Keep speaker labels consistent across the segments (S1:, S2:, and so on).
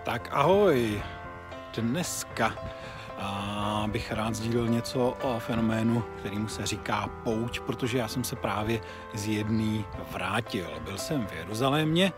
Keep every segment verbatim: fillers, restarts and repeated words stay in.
S1: Tak ahoj, dneska a bych rád sdílel něco o fenoménu, kterému se říká pouť, protože já jsem se právě z jedné vrátil. Byl jsem v Jeruzalémě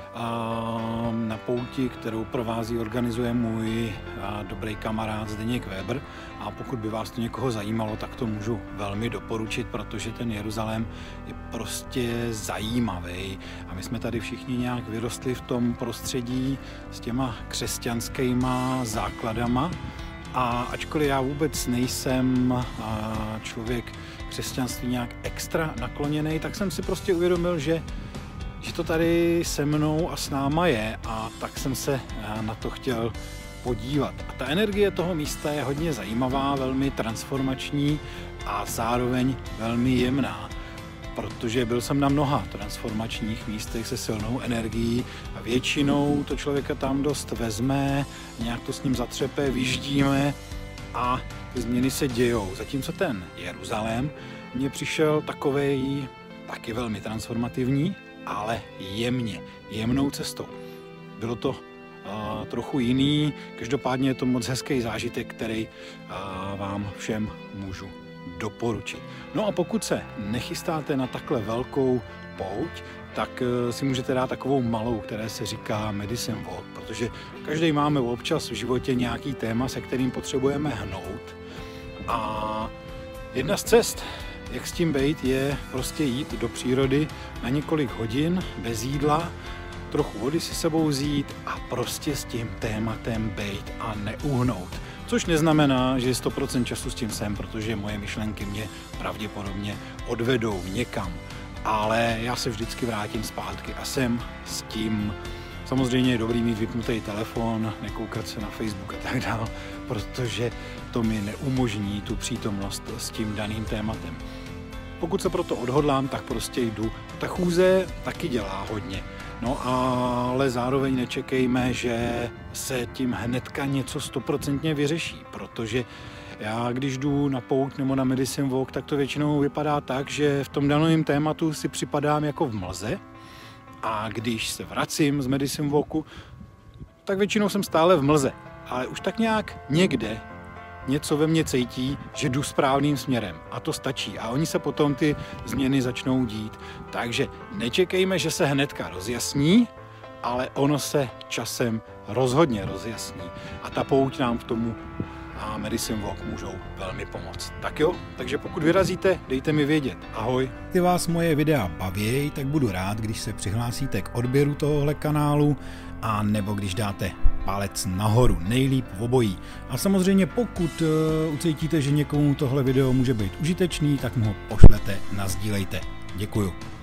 S1: na pouti, kterou provází, organizuje můj dobrý kamarád Zdeněk Weber, a pokud by vás to někoho zajímalo, tak to můžu velmi doporučit, protože ten Jeruzalém je prostě zajímavý a my jsme tady všichni nějak vyrostli v tom prostředí s těma křesťanskýma základama. A ačkoliv já vůbec nejsem člověk křesťanství nějak extra nakloněný, tak jsem si prostě uvědomil, že, že to tady se mnou a s náma je, a tak jsem se na to chtěl podívat. A ta energie toho místa je hodně zajímavá, velmi transformační a zároveň velmi jemná, protože byl jsem na mnoha transformačních místech se silnou energií a většinou to člověka tam dost vezme, nějak to s ním zatřepe, vyždíme a ty změny se dějou. Zatímco ten Jeruzalém mně přišel takovej taky velmi transformativní, ale jemně, jemnou cestou. Bylo to uh, trochu jiný, každopádně je to moc hezký zážitek, který uh, vám všem můžu doporučit. No a pokud se nechystáte na takhle velkou pouť, tak si můžete dát takovou malou, které se říká Medicine Walk, protože každý máme občas v životě nějaký téma, se kterým potřebujeme hnout. A jedna z cest, jak s tím bejt, je prostě jít do přírody na několik hodin bez jídla, trochu vody si sebou vzít a prostě s tím tématem bejt a neuhnout. Což neznamená, že sto procent času s tím jsem, protože moje myšlenky mě pravděpodobně odvedou někam. Ale já se vždycky vrátím zpátky a jsem s tím. Samozřejmě je dobrý mít vypnutý telefon, nekoukat se na Facebook a tak dále, protože to mi neumožní tu přítomnost s tím daným tématem. Pokud se proto odhodlám, tak prostě jdu. Ta chůze taky dělá hodně. No ale zároveň nečekejme, že se tím hnedka něco stoprocentně vyřeší, protože já když jdu na pouť nebo na Medicine Walk, tak to většinou vypadá tak, že v tom daném tématu si připadám jako v mlze, a když se vracím z Medicine Walku, tak většinou jsem stále v mlze, ale už tak nějak někde něco ve mně cítí, že jdu správným směrem, a to stačí. A oni se potom ty změny začnou dít. Takže nečekejme, že se hnedka rozjasní, ale ono se časem rozhodně rozjasní. A ta pouť nám v tomu a Medicine Walk můžou velmi pomoct. Tak jo, takže pokud vyrazíte, dejte mi vědět. Ahoj.
S2: Ty vás moje videa baví, tak budu rád, když se přihlásíte k odběru tohohle kanálu, a nebo když dáte palec nahoru, nejlíp v obojí. A samozřejmě pokud uh, ucítíte, že někomu tohle video může být užitečný, tak mu ho pošlete, nasdílejte. Děkuju.